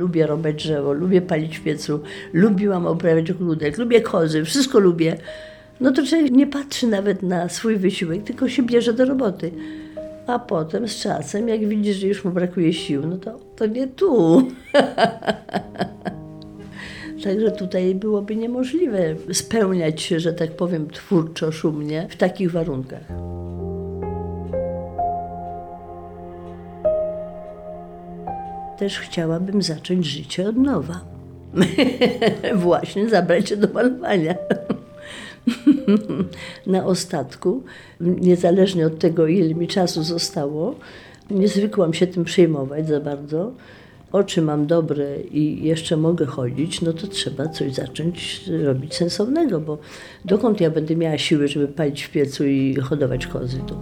lubię rąbać drzewo, lubię palić w piecu, lubiłam uprawiać ogródek, lubię kozy, wszystko lubię, no to człowiek nie patrzy nawet na swój wysiłek, tylko się bierze do roboty. A potem z czasem, jak widzisz, że już mu brakuje sił, no to nie tu. Także tutaj byłoby niemożliwe spełniać się, że tak powiem, twórczo, szumnie w takich warunkach. Też chciałabym zacząć życie od nowa. Właśnie zabrać się do malowania. Na ostatku, niezależnie od tego, ile mi czasu zostało, nie zwykłam się tym przejmować za bardzo. Oczy mam dobre i jeszcze mogę chodzić, no to trzeba coś zacząć robić sensownego, bo dokąd ja będę miała siły, żeby palić w piecu i hodować kozy tu?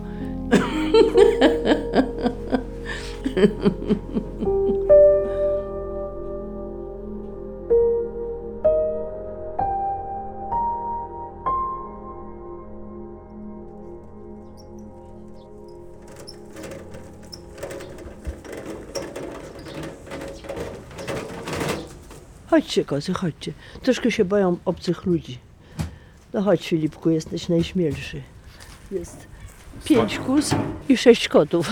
Chodźcie, kozy, chodźcie. Troszkę się boją obcych ludzi. No chodź, Filipku, jesteś najśmielszy. Jest 5 kóz i 6 kotów.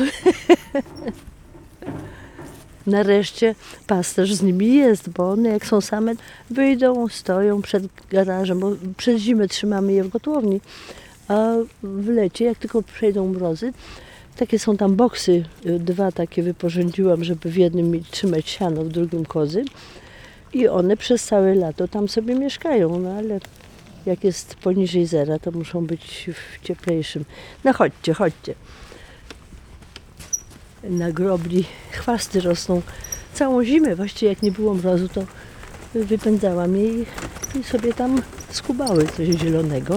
Nareszcie pasterz z nimi jest, bo one jak są same, wyjdą, stoją przed garażem, bo przez zimę trzymamy je w kotłowni, a w lecie, jak tylko przejdą mrozy, takie są tam boksy, 2 takie wyporządziłam, żeby w jednym trzymać siano, w drugim kozy. I one przez całe lato tam sobie mieszkają, no ale jak jest poniżej zera, to muszą być w cieplejszym. No chodźcie, chodźcie. Na grobli chwasty rosną całą zimę. Właściwie jak nie było mrozu, to wypędzałam je i sobie tam skubały coś zielonego.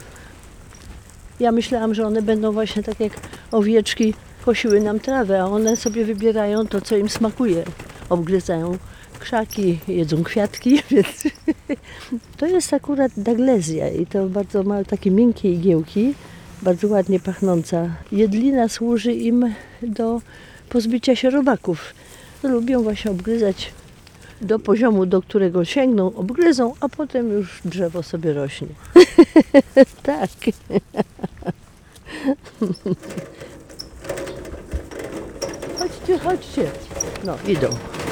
Ja myślałam, że one będą właśnie tak jak owieczki kosiły nam trawę, a one sobie wybierają to, co im smakuje. Obgryzają krzaki, jedzą kwiatki, więc to jest akurat daglezja i to bardzo ma takie miękkie igiełki, bardzo ładnie pachnąca. Jedlina służy im do pozbycia się robaków. Lubią właśnie obgryzać do poziomu, do którego sięgną, obgryzą, a potem już drzewo sobie rośnie. Tak. Chodźcie, chodźcie. No, idą.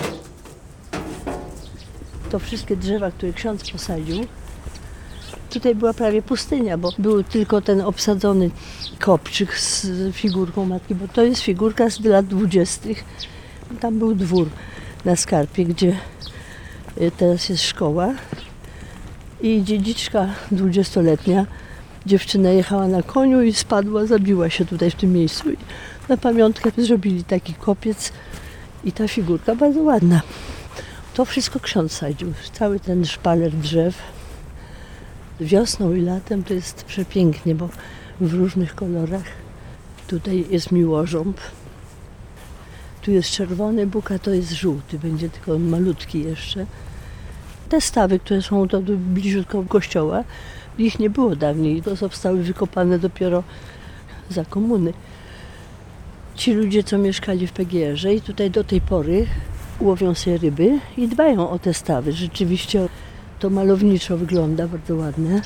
To wszystkie drzewa, które ksiądz posadził. Tutaj była prawie pustynia, bo był tylko ten obsadzony kopczyk z figurką matki, bo to jest figurka z lat 20. Tam był dwór na Skarpie, gdzie teraz jest szkoła i dziedziczka 20-letnia, dziewczyna jechała na koniu i spadła, zabiła się tutaj w tym miejscu. I na pamiątkę zrobili taki kopiec i ta figurka bardzo ładna. To wszystko ksiądz sadził, cały ten szpaler drzew. Wiosną i latem to jest przepięknie, bo w różnych kolorach. Tutaj jest miłożąb, tu jest czerwony bóg, a to jest żółty, będzie tylko malutki jeszcze. Te stawy, które są to bliziutko kościoła, ich nie było dawniej, to zostały wykopane dopiero za komuny. Ci ludzie, co mieszkali w PGR-ze i tutaj do tej pory łowią sobie ryby i dbają o te stawy. Rzeczywiście to malowniczo wygląda, bardzo ładne.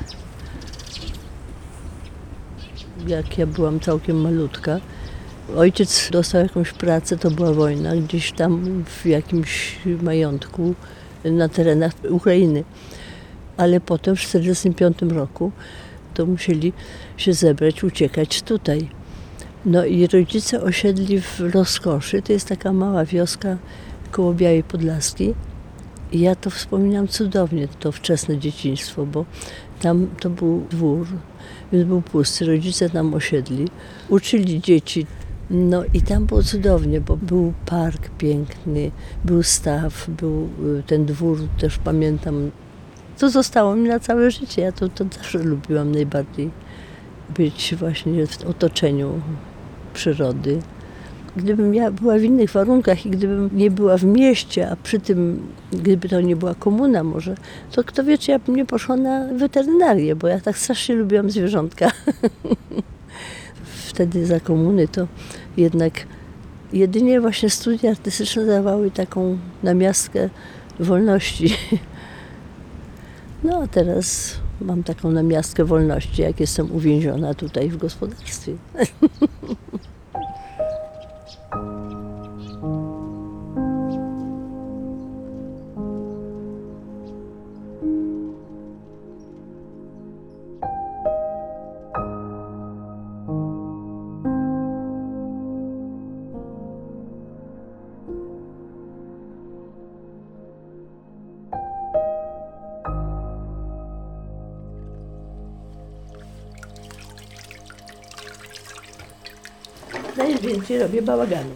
Jak ja byłam całkiem malutka, ojciec dostał jakąś pracę, to była wojna, gdzieś tam w jakimś majątku na terenach Ukrainy. Ale potem w 1945 roku to musieli się zebrać, uciekać tutaj. No i rodzice osiedli w Rozkoszy, to jest taka mała wioska koło Białej Podlaskiej. I ja to wspominam cudownie, to wczesne dzieciństwo, bo tam to był dwór, więc był pusty, rodzice tam osiedli, uczyli dzieci. No i tam było cudownie, bo był park piękny, był staw, był ten dwór, też pamiętam. To zostało mi na całe życie, ja to zawsze lubiłam najbardziej, być właśnie w otoczeniu przyrody. Gdybym ja była w innych warunkach i gdybym nie była w mieście, a przy tym, gdyby to nie była komuna może, to kto wie, czy ja bym nie poszła na weterynarię, bo ja tak strasznie lubiłam zwierzątka. Wtedy za komuny to jednak Jedynie właśnie studia artystyczne dawały taką namiastkę wolności. No a teraz mam taką namiastkę wolności, jak jestem uwięziona tutaj w gospodarstwie. Najwięcej robię bałaganu.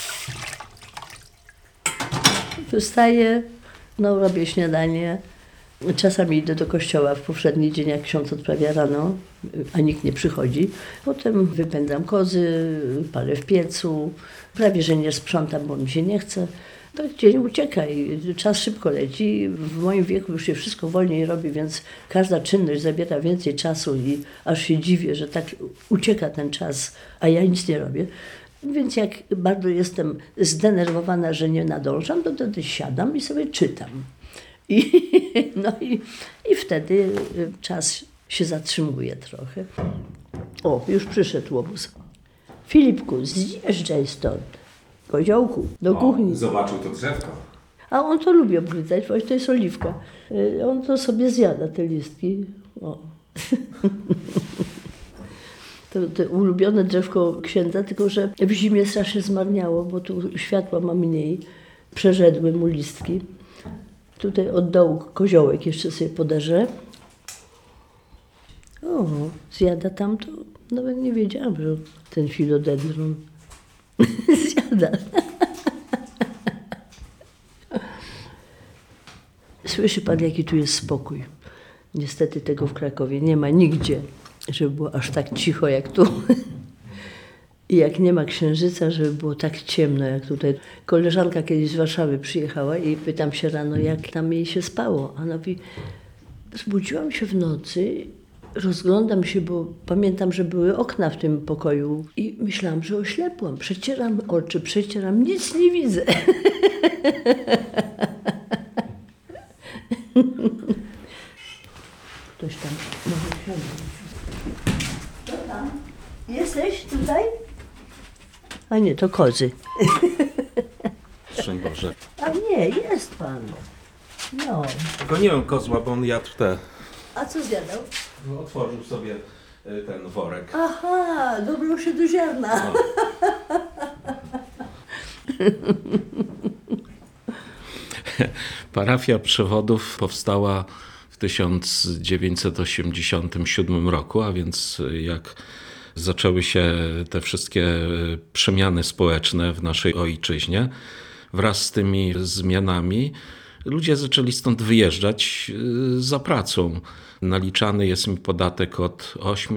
Wstaję, no robię śniadanie. Czasami idę do kościoła w powszedni dzień, jak ksiądz odprawia rano, a nikt nie przychodzi. Potem wypędzam kozy, palę w piecu. Prawie, że nie sprzątam, bo mi się nie chce. Tak dzień ucieka i czas szybko leci. W moim wieku już się wszystko wolniej robi, więc każda czynność zabiera więcej czasu i aż się dziwię, że tak ucieka ten czas, a ja nic nie robię. Więc jak bardzo jestem zdenerwowana, że nie nadążam, to wtedy siadam i sobie czytam. I wtedy czas się zatrzymuje trochę. O, już przyszedł łobuz. Filipku, zjeżdżaj stąd. Koziołku, do kuchni. Zobaczył to drzewko. A on to lubi obgryzać, właśnie to jest oliwka. On to sobie zjada, te listki. O. To ulubione drzewko księdza, tylko że w zimie strasznie zmarniało, bo tu światła ma mniej. Przerzedły mu listki. Tutaj od dołu koziołek jeszcze sobie poderze. O, zjada tamto. Nawet nie wiedziałam, że ten filodendron zjada. Słyszy pan, jaki tu jest spokój. Niestety tego w Krakowie nie ma nigdzie, żeby było aż tak cicho jak tu. I jak nie ma księżyca, żeby było tak ciemno jak tutaj. Koleżanka kiedyś z Warszawy przyjechała i pytam się rano, jak tam jej się spało. A ona mówi, zbudziłam się w nocy, rozglądam się, bo pamiętam, że były okna w tym pokoju i myślałam, że oślepłam. Przecieram oczy, nic nie widzę. Ktoś tam może siąść. Co tam? Jesteś tutaj? A nie, to kozy. Szczęść Boże. A nie, jest pan. No. Goniłem kozła, bo on jadł te. A co zjadał? Otworzył sobie ten worek. Aha, dobrał się do ziarna. No. Parafia Przewodów powstała w 1987 roku, a więc jak zaczęły się te wszystkie przemiany społeczne w naszej ojczyźnie, wraz z tymi zmianami ludzie zaczęli stąd wyjeżdżać za pracą. Naliczany jest mi podatek od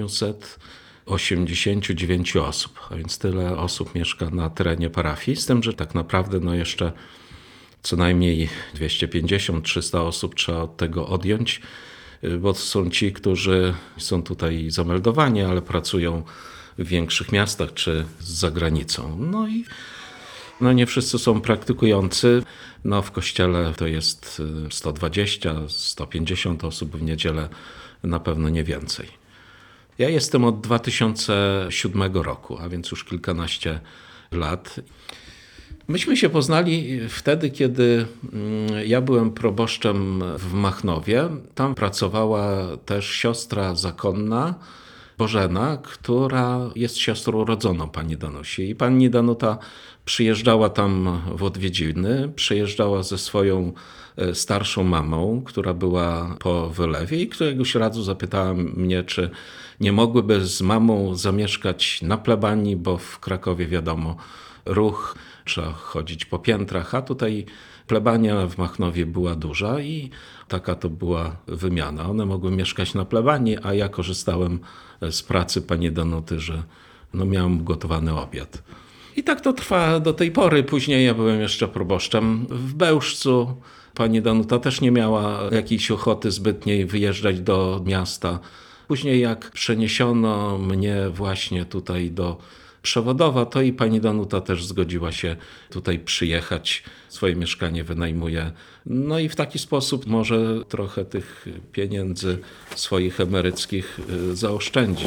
889 osób, a więc tyle osób mieszka na terenie parafii, z tym, że tak naprawdę jeszcze co najmniej 250-300 osób trzeba od tego odjąć, bo to są ci, którzy są tutaj zameldowani, ale pracują w większych miastach czy za granicą. No nie wszyscy są praktykujący. W kościele to jest 120-150 osób, w niedzielę na pewno nie więcej. Ja jestem od 2007 roku, a więc już kilkanaście lat. Myśmy się poznali wtedy, kiedy ja byłem proboszczem w Machnowie. Tam pracowała też siostra zakonna, Bożena, która jest siostrą rodzoną pani Danusi. I pani Danuta przyjeżdżała tam w odwiedziny, przyjeżdżała ze swoją starszą mamą, która była po wylewie i któregoś razu zapytała mnie, czy nie mogłyby z mamą zamieszkać na plebanii, bo w Krakowie wiadomo, ruch, trzeba chodzić po piętrach, a tutaj plebania w Machnowie była duża i taka to była wymiana. One mogły mieszkać na plebanii, a ja korzystałem z pracy pani Danuty, że miałem gotowany obiad. I tak to trwa do tej pory. Później ja byłem jeszcze proboszczem w Bełżcu. Pani Danuta też nie miała jakiejś ochoty zbytniej wyjeżdżać do miasta. Później jak przeniesiono mnie właśnie tutaj do przewodowa, to i pani Danuta też zgodziła się tutaj przyjechać. Swoje mieszkanie wynajmuje. No i w taki sposób może trochę tych pieniędzy swoich emeryckich zaoszczędzić.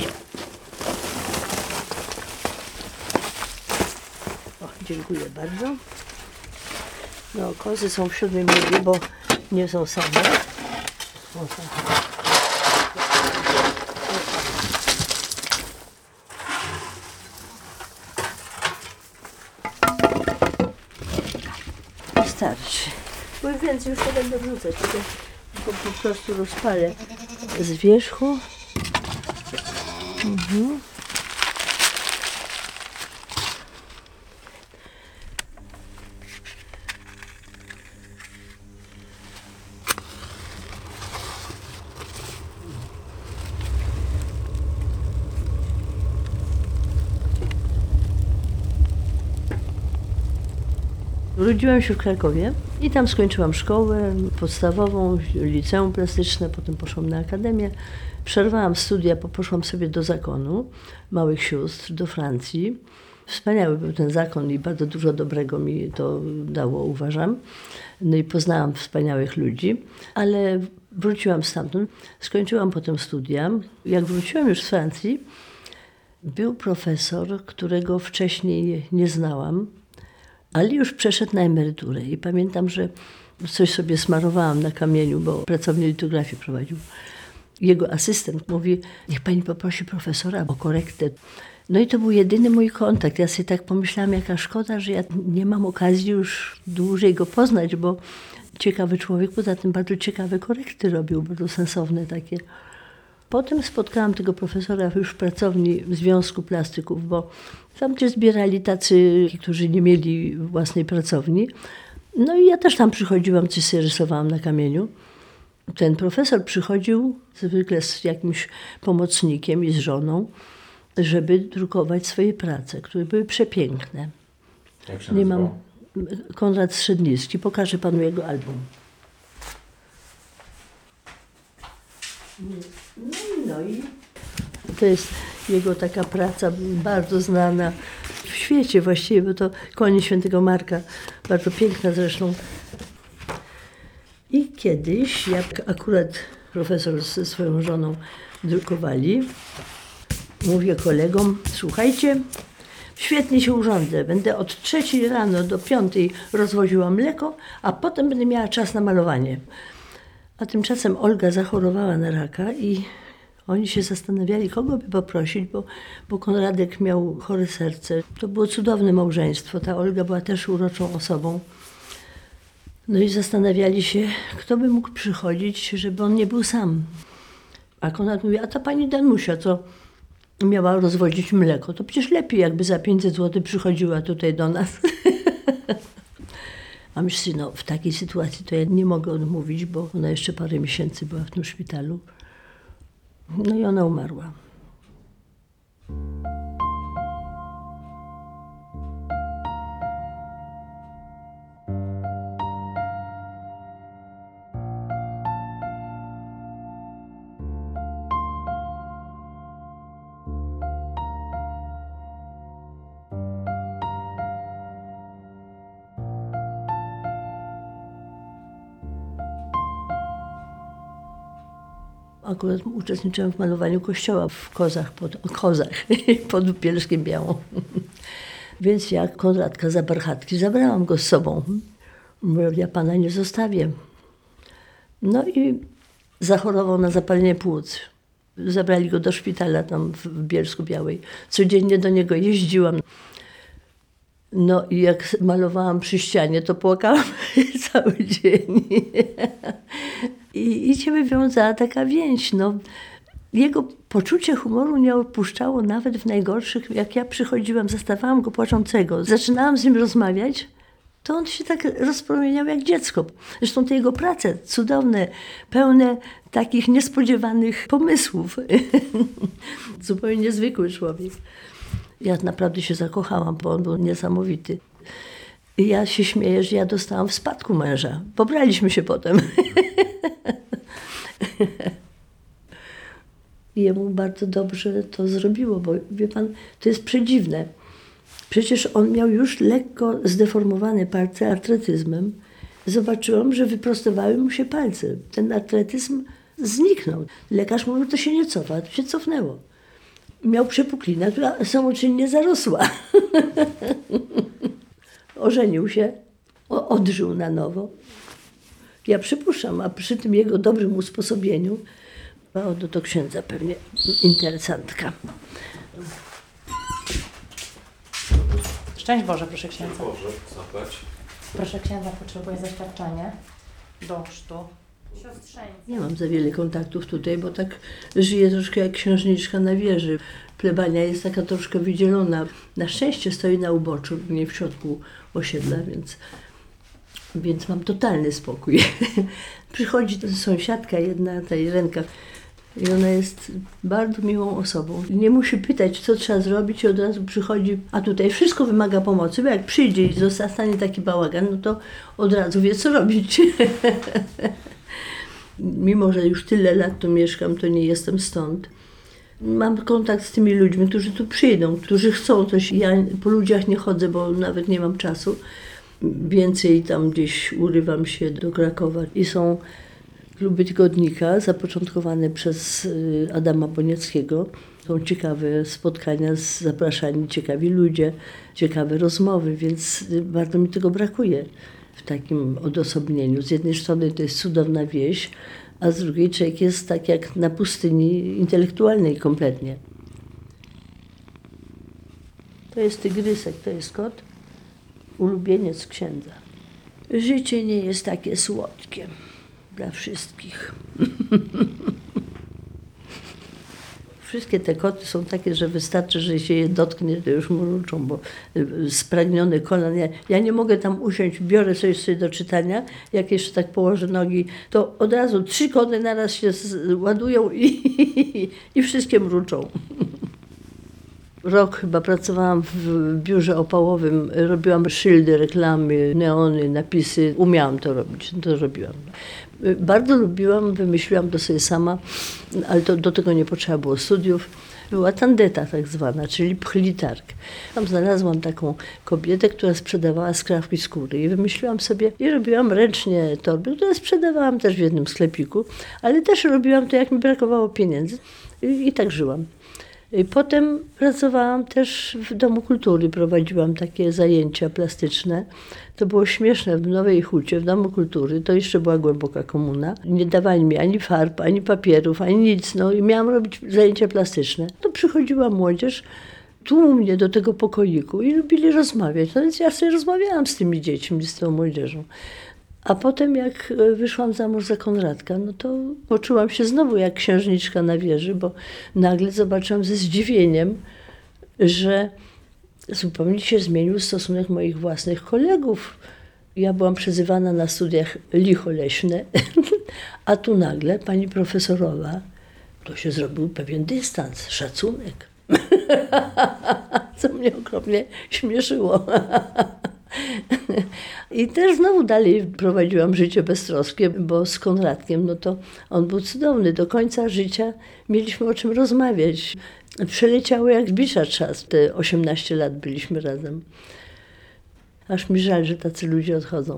O, dziękuję bardzo. No, kozy są w 7 rogu, bo nie są same. O, tak. Wystarczy. Bo już więcej już nie będę wrzucać, tylko po prostu rozpalę z wierzchu. Urodziłam się w Krakowie i tam skończyłam szkołę podstawową, liceum plastyczne, potem poszłam na akademię. Przerwałam studia, bo poszłam sobie do zakonu małych sióstr, do Francji. Wspaniały był ten zakon i bardzo dużo dobrego mi to dało, uważam. No i poznałam wspaniałych ludzi, ale wróciłam stamtąd. Skończyłam potem studia. Jak wróciłam już z Francji, był profesor, którego wcześniej nie znałam, ale już przeszedł na emeryturę i pamiętam, że coś sobie smarowałam na kamieniu, bo pracownię litografię prowadził. Jego asystent mówi, niech pani poprosi profesora o korektę. No i to był jedyny mój kontakt. Ja sobie tak pomyślałam, jaka szkoda, że ja nie mam okazji już dłużej go poznać, bo ciekawy człowiek, poza tym bardzo ciekawe korekty robił, bardzo sensowne takie. Potem spotkałam tego profesora już w pracowni Związku Plastyków, bo tam gdzie zbierali tacy, którzy nie mieli własnej pracowni. No i ja też tam przychodziłam, coś sobie rysowałam na kamieniu. Ten profesor przychodził zwykle z jakimś pomocnikiem i z żoną, żeby drukować swoje prace, które były przepiękne. Jak się nazywał? Konrad Strzednicki. Pokażę panu jego album. No i to jest jego taka praca bardzo znana w świecie właściwie, bo to Konie Świętego Marka, bardzo piękna zresztą. I kiedyś, jak akurat profesor ze swoją żoną drukowali, mówię kolegom, słuchajcie, świetnie się urządzę, będę od 3 rano do 5 rozwoziła mleko, a potem będę miała czas na malowanie. A tymczasem Olga zachorowała na raka i oni się zastanawiali, kogo by poprosić, bo Konradek miał chore serce. To było cudowne małżeństwo. Ta Olga była też uroczą osobą. No i zastanawiali się, kto by mógł przychodzić, żeby on nie był sam. A Konrad mówi, a ta pani Danusia, co miała rozwozić mleko, to przecież lepiej, jakby za 500 zł przychodziła tutaj do nas. A myślę, no w takiej sytuacji to ja nie mogę odmówić, bo ona jeszcze parę miesięcy była w tym szpitalu. No i ona umarła. Akurat uczestniczyłam w malowaniu kościoła w Kozach, pod Bielskiem Białą. Więc jak Konradka za Barchatki, zabrałam go z sobą. Mówię, ja pana nie zostawię. No i zachorował na zapalenie płuc. Zabrali go do szpitala tam w Bielsku Białej. Codziennie do niego jeździłam. No i jak malowałam przy ścianie, to płakałam cały dzień. I się wywiązała taka więź. No. Jego poczucie humoru nie opuszczało nawet w najgorszych. Jak ja przychodziłam, zastawałam go płaczącego, zaczynałam z nim rozmawiać, to on się tak rozpromieniał jak dziecko. Zresztą te jego prace cudowne, pełne takich niespodziewanych pomysłów. Zupełnie niezwykły człowiek. Ja naprawdę się zakochałam, bo on był niesamowity. I ja się śmieję, że ja dostałam w spadku męża. Pobraliśmy się potem. I jemu bardzo dobrze to zrobiło, bo wie pan, to jest przedziwne. Przecież on miał już lekko zdeformowane palce artretyzmem. Zobaczyłam, że wyprostowały mu się palce. Ten artretyzm zniknął. Lekarz mówił, to się nie cofa, to się cofnęło. Miał przepuklinę, która samoczynnie zarosła. Ożenił się, odżył na nowo. Ja przypuszczam, a przy tym jego dobrym usposobieniu, to księdza pewnie interesantka. Szczęść Boże, proszę księdza. Boże, zapłać. Proszę księdza, potrzebuję zaświadczenie do chrztu. Siostrzeńca. Nie mam za wiele kontaktów tutaj, bo tak żyję troszkę jak księżniczka na wieży. Plebania jest taka troszkę wydzielona. Na szczęście stoi na uboczu, nie w środku osiedla, więc mam totalny spokój. Przychodzi sąsiadka jedna, ta Irenka, i ona jest bardzo miłą osobą. Nie musi pytać, co trzeba zrobić i od razu przychodzi, a tutaj wszystko wymaga pomocy, bo jak przyjdzie i zostanie taki bałagan, no to od razu wie, co robić. Mimo że już tyle lat tu mieszkam, to nie jestem stąd. Mam kontakt z tymi ludźmi, którzy tu przyjdą, którzy chcą coś. Ja po ludziach nie chodzę, bo nawet nie mam czasu. Więcej tam gdzieś urywam się do Krakowa i są kluby tygodnika zapoczątkowane przez Adama Bonieckiego. Są ciekawe spotkania, zapraszani ciekawi ludzie, ciekawe rozmowy, więc bardzo mi tego brakuje w takim odosobnieniu. Z jednej strony to jest cudowna wieś, a z drugiej człowiek jest tak jak na pustyni intelektualnej kompletnie. To jest tygrysek, to jest kot, ulubieniec księdza. Życie nie jest takie słodkie dla wszystkich. Wszystkie te koty są takie, że wystarczy, że się je dotknie, to już mruczą, bo spragniony kolan. Ja nie mogę tam usiąść, biorę coś do czytania, jak jeszcze tak położę nogi, to od razu 3 koty naraz się ładują i wszystkie mruczą. Rok chyba pracowałam w biurze opałowym, robiłam szyldy, reklamy, neony, napisy. Umiałam to robić, to robiłam. Bardzo lubiłam, wymyśliłam to sobie sama, ale do tego nie potrzeba było studiów. Była tandeta tak zwana, czyli pchlitark. Tam znalazłam taką kobietę, która sprzedawała skrawki skóry i wymyśliłam sobie i robiłam ręcznie torby, które sprzedawałam też w jednym sklepiku, ale też robiłam to, jak mi brakowało pieniędzy i tak żyłam. Potem pracowałam też w Domu Kultury, prowadziłam takie zajęcia plastyczne. To było śmieszne, w Nowej Hucie, w Domu Kultury, to jeszcze była głęboka komuna. Nie dawali mi ani farb, ani papierów, ani nic, no i miałam robić zajęcia plastyczne. To przychodziła młodzież, tłumnie do tego pokoiku i lubili rozmawiać. No więc ja sobie rozmawiałam z tymi dziećmi, z tą młodzieżą. A potem jak wyszłam za mąż za Konradka, no to poczułam się znowu jak księżniczka na wieży, bo nagle zobaczyłam ze zdziwieniem, że zupełnie się zmienił stosunek moich własnych kolegów. Ja byłam przezywana na studiach licho leśne, a tu nagle pani profesorowa, to się zrobił pewien dystans, szacunek. Co mnie okropnie śmieszyło. I też znowu dalej prowadziłam życie beztroskie, bo z Konradkiem, no to on był cudowny. Do końca życia mieliśmy o czym rozmawiać. Przeleciało jak zbicza czas. Te 18 lat byliśmy razem. Aż mi żal, że tacy ludzie odchodzą.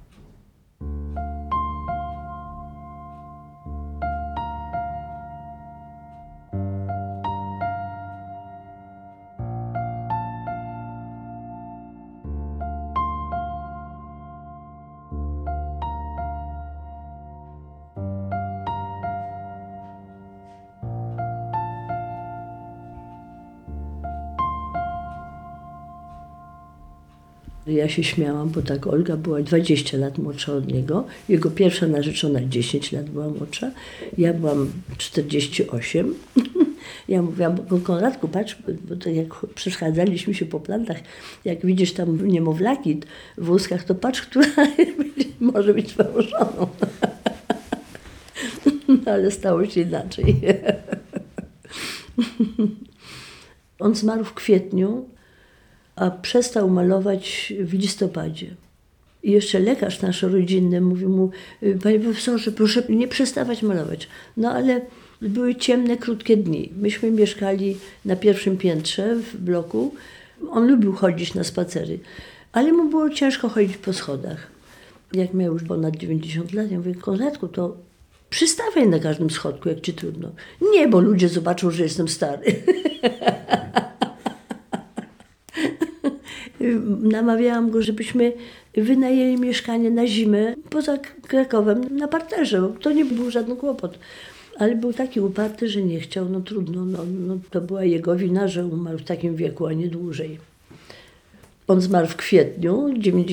Ja się śmiałam, bo tak Olga była 20 lat młodsza od niego. Jego pierwsza narzeczona 10 lat była młodsza. Ja byłam 48. Ja mówiłam, Konradku, patrz, bo to jak przeszkadzaliśmy się po plantach, jak widzisz tam niemowlaki w wózkach, to patrz, która może być twoją żoną. Ale stało się inaczej. On zmarł w kwietniu, a przestał malować w listopadzie. I jeszcze lekarz nasz rodzinny mówił mu, panie profesorze, proszę nie przestawać malować. No ale były ciemne, krótkie dni. Myśmy mieszkali na pierwszym piętrze w bloku, On lubił chodzić na spacery, ale mu było ciężko chodzić po schodach. Jak miał już ponad 90 lat, ja mówię, Konradku, to przystawaj na każdym schodku, jak ci trudno. Nie, bo ludzie zobaczą, że jestem stary. Namawiałam go, żebyśmy wynajęli mieszkanie na zimę poza Krakowem na parterze, bo to nie był żaden kłopot. Ale był taki uparty, że nie chciał, no trudno, no, to była jego wina, że umarł w takim wieku, a nie dłużej. On zmarł w kwietniu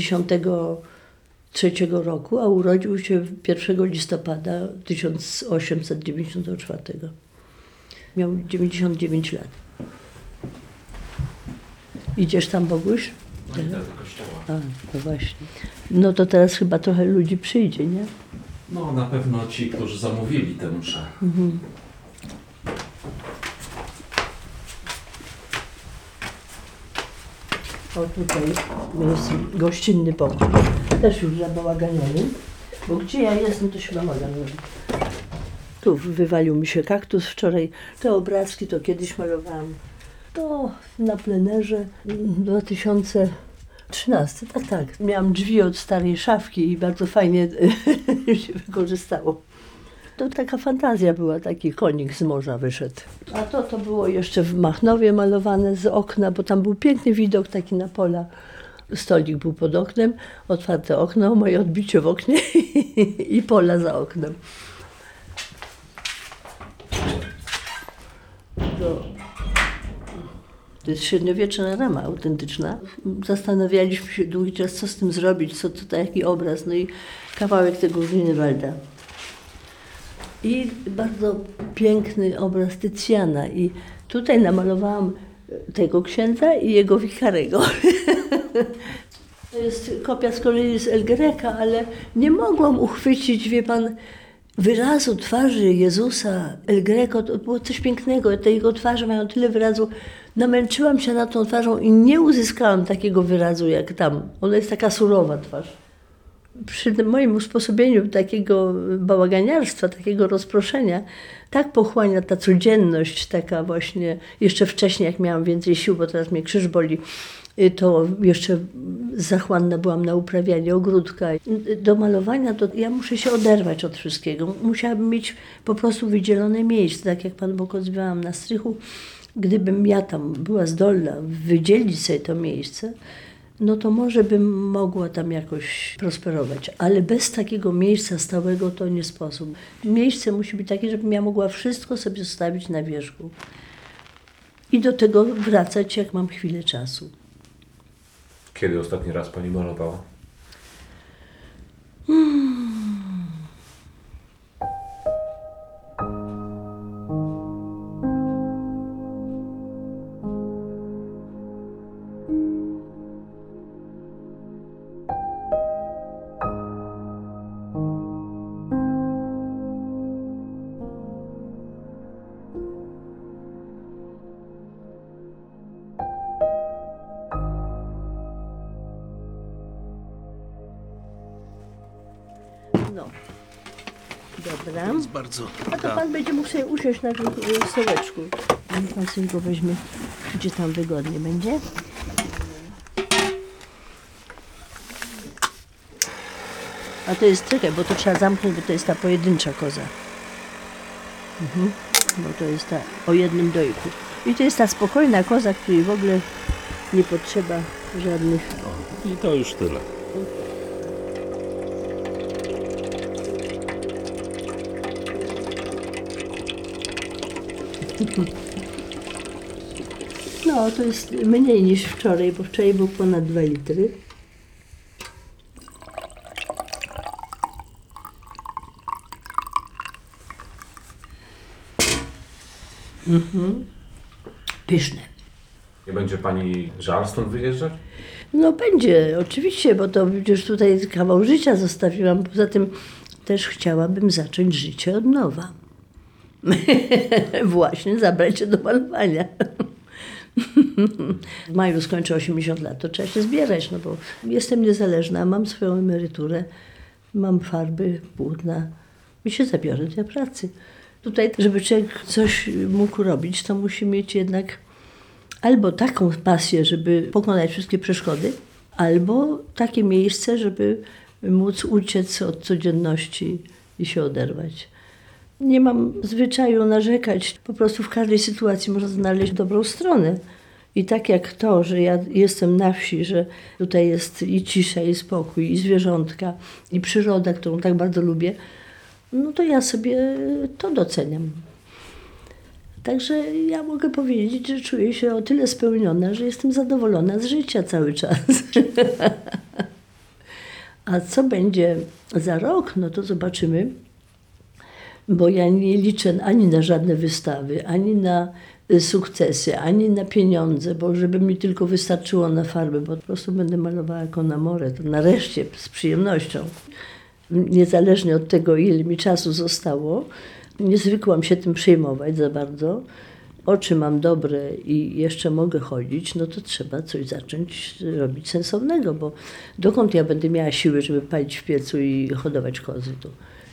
93 roku, a urodził się 1 listopada 1894. Miał 99 lat. Idziesz tam, Boguś? No idę do kościoła. A, no właśnie. No to teraz chyba trochę ludzi przyjdzie, nie? No na pewno ci, którzy zamówili tę mszę. O, tutaj jest gościnny pokój. Też już zabałaganiony, bo gdzie ja jestem, to się bałagan robi. Tu wywalił mi się kaktus wczoraj. Te obrazki to kiedyś malowałam. To na plenerze 2013. Tak. Miałam drzwi od starej szafki i bardzo fajnie się wykorzystało. To taka fantazja była, taki konik z morza wyszedł. A to było jeszcze w Machnowie malowane z okna, bo tam był piękny widok taki na pola. Stolik był pod oknem, otwarte okno, moje odbicie w oknie i pola za oknem. To jest średniowieczna rama autentyczna. Zastanawialiśmy się długi czas, co z tym zrobić, co to taki obraz. No i kawałek tego Grünewalda. I bardzo piękny obraz Tycjana. I tutaj namalowałam tego księdza i jego wikarego. To jest kopia z kolei z El Greca, ale nie mogłam uchwycić, wie pan, wyrazu twarzy Jezusa. El Greco to było coś pięknego. Te jego twarze mają tyle wyrazu. Namęczyłam się nad tą twarzą i nie uzyskałam takiego wyrazu jak tam. Ona jest taka surowa twarz. Przy tym moim usposobieniu takiego bałaganiarstwa, takiego rozproszenia, tak pochłania ta codzienność, taka właśnie, jeszcze wcześniej jak miałam więcej sił, bo teraz mnie krzyż boli, to jeszcze zachłanna byłam na uprawianie ogródka. Do malowania to ja muszę się oderwać od wszystkiego. Musiałabym mieć po prostu wydzielone miejsce, tak jak Pan Bóg odzywałam na strychu. Gdybym ja tam była zdolna wydzielić sobie to miejsce, no to może bym mogła tam jakoś prosperować. Ale bez takiego miejsca stałego to nie sposób. Miejsce musi być takie, żebym ja mogła wszystko sobie zostawić na wierzchu. I do tego wracać, jak mam chwilę czasu. Kiedy ostatni raz pani malowała? No. Dobra. Jest bardzo. A to pan będzie mógł sobie usiąść na tym stołeczku. Pan sobie go weźmie, gdzie tam wygodnie będzie. A to jest, czekaj, bo to trzeba zamknąć, bo to jest ta pojedyncza koza. Bo to jest ta o jednym dojku. I to jest ta spokojna koza, której w ogóle nie potrzeba żadnych... I to już tyle. No, to jest mniej niż wczoraj, bo wczoraj był ponad 2 litry. Pyszne. Nie będzie pani żal stąd wyjeżdżać? No będzie, oczywiście, bo to przecież tutaj kawał życia zostawiłam. Poza tym też chciałabym zacząć życie od nowa. Właśnie, zabrać się do malowania. W maju skończę 80 lat, to trzeba się zbierać, no bo jestem niezależna, mam swoją emeryturę, mam farby, płótna i się zabiorę do pracy. Tutaj, żeby człowiek coś mógł robić, to musi mieć jednak albo taką pasję, żeby pokonać wszystkie przeszkody, albo takie miejsce, żeby móc uciec od codzienności i się oderwać. Nie mam zwyczaju narzekać, po prostu w każdej sytuacji można znaleźć dobrą stronę. I tak jak to, że ja jestem na wsi, że tutaj jest i cisza, i spokój, i zwierzątka, i przyroda, którą tak bardzo lubię, no to ja sobie to doceniam. Także ja mogę powiedzieć, że czuję się o tyle spełniona, że jestem zadowolona z życia cały czas. A co będzie za rok, no to zobaczymy, bo ja nie liczę ani na żadne wystawy, ani na sukcesy, ani na pieniądze, bo żeby mi tylko wystarczyło na farbę, bo po prostu będę malowała con amore, to nareszcie z przyjemnością. Niezależnie od tego, ile mi czasu zostało, nie zwykłam się tym przejmować za bardzo. Oczy mam dobre i jeszcze mogę chodzić, no to trzeba coś zacząć robić sensownego, bo dokąd ja będę miała siły, żeby palić w piecu i hodować kozy tu?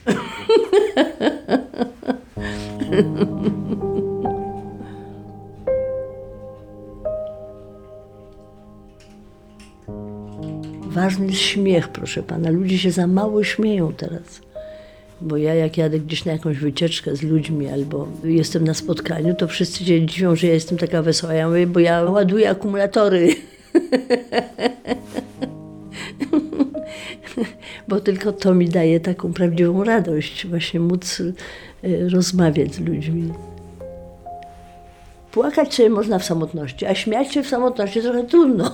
Ważny jest śmiech, proszę pana. Ludzie się za mało śmieją teraz. Bo ja jak jadę gdzieś na jakąś wycieczkę z ludźmi albo jestem na spotkaniu, to wszyscy się dziwią, że ja jestem taka wesoła. Ja mówię, bo ja ładuję akumulatory. Bo tylko to mi daje taką prawdziwą radość, właśnie móc rozmawiać z ludźmi. Płakać sobie można w samotności, a śmiać się w samotności trochę trudno.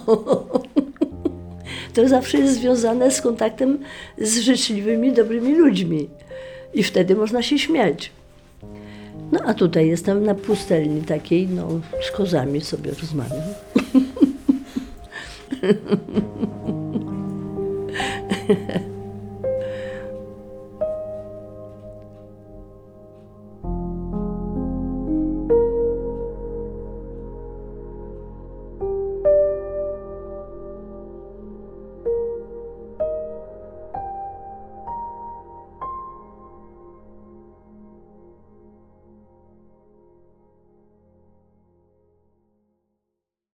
To zawsze jest związane z kontaktem z życzliwymi, dobrymi ludźmi. I wtedy można się śmiać. No a tutaj jestem na pustelni takiej, no z kozami sobie rozmawiam.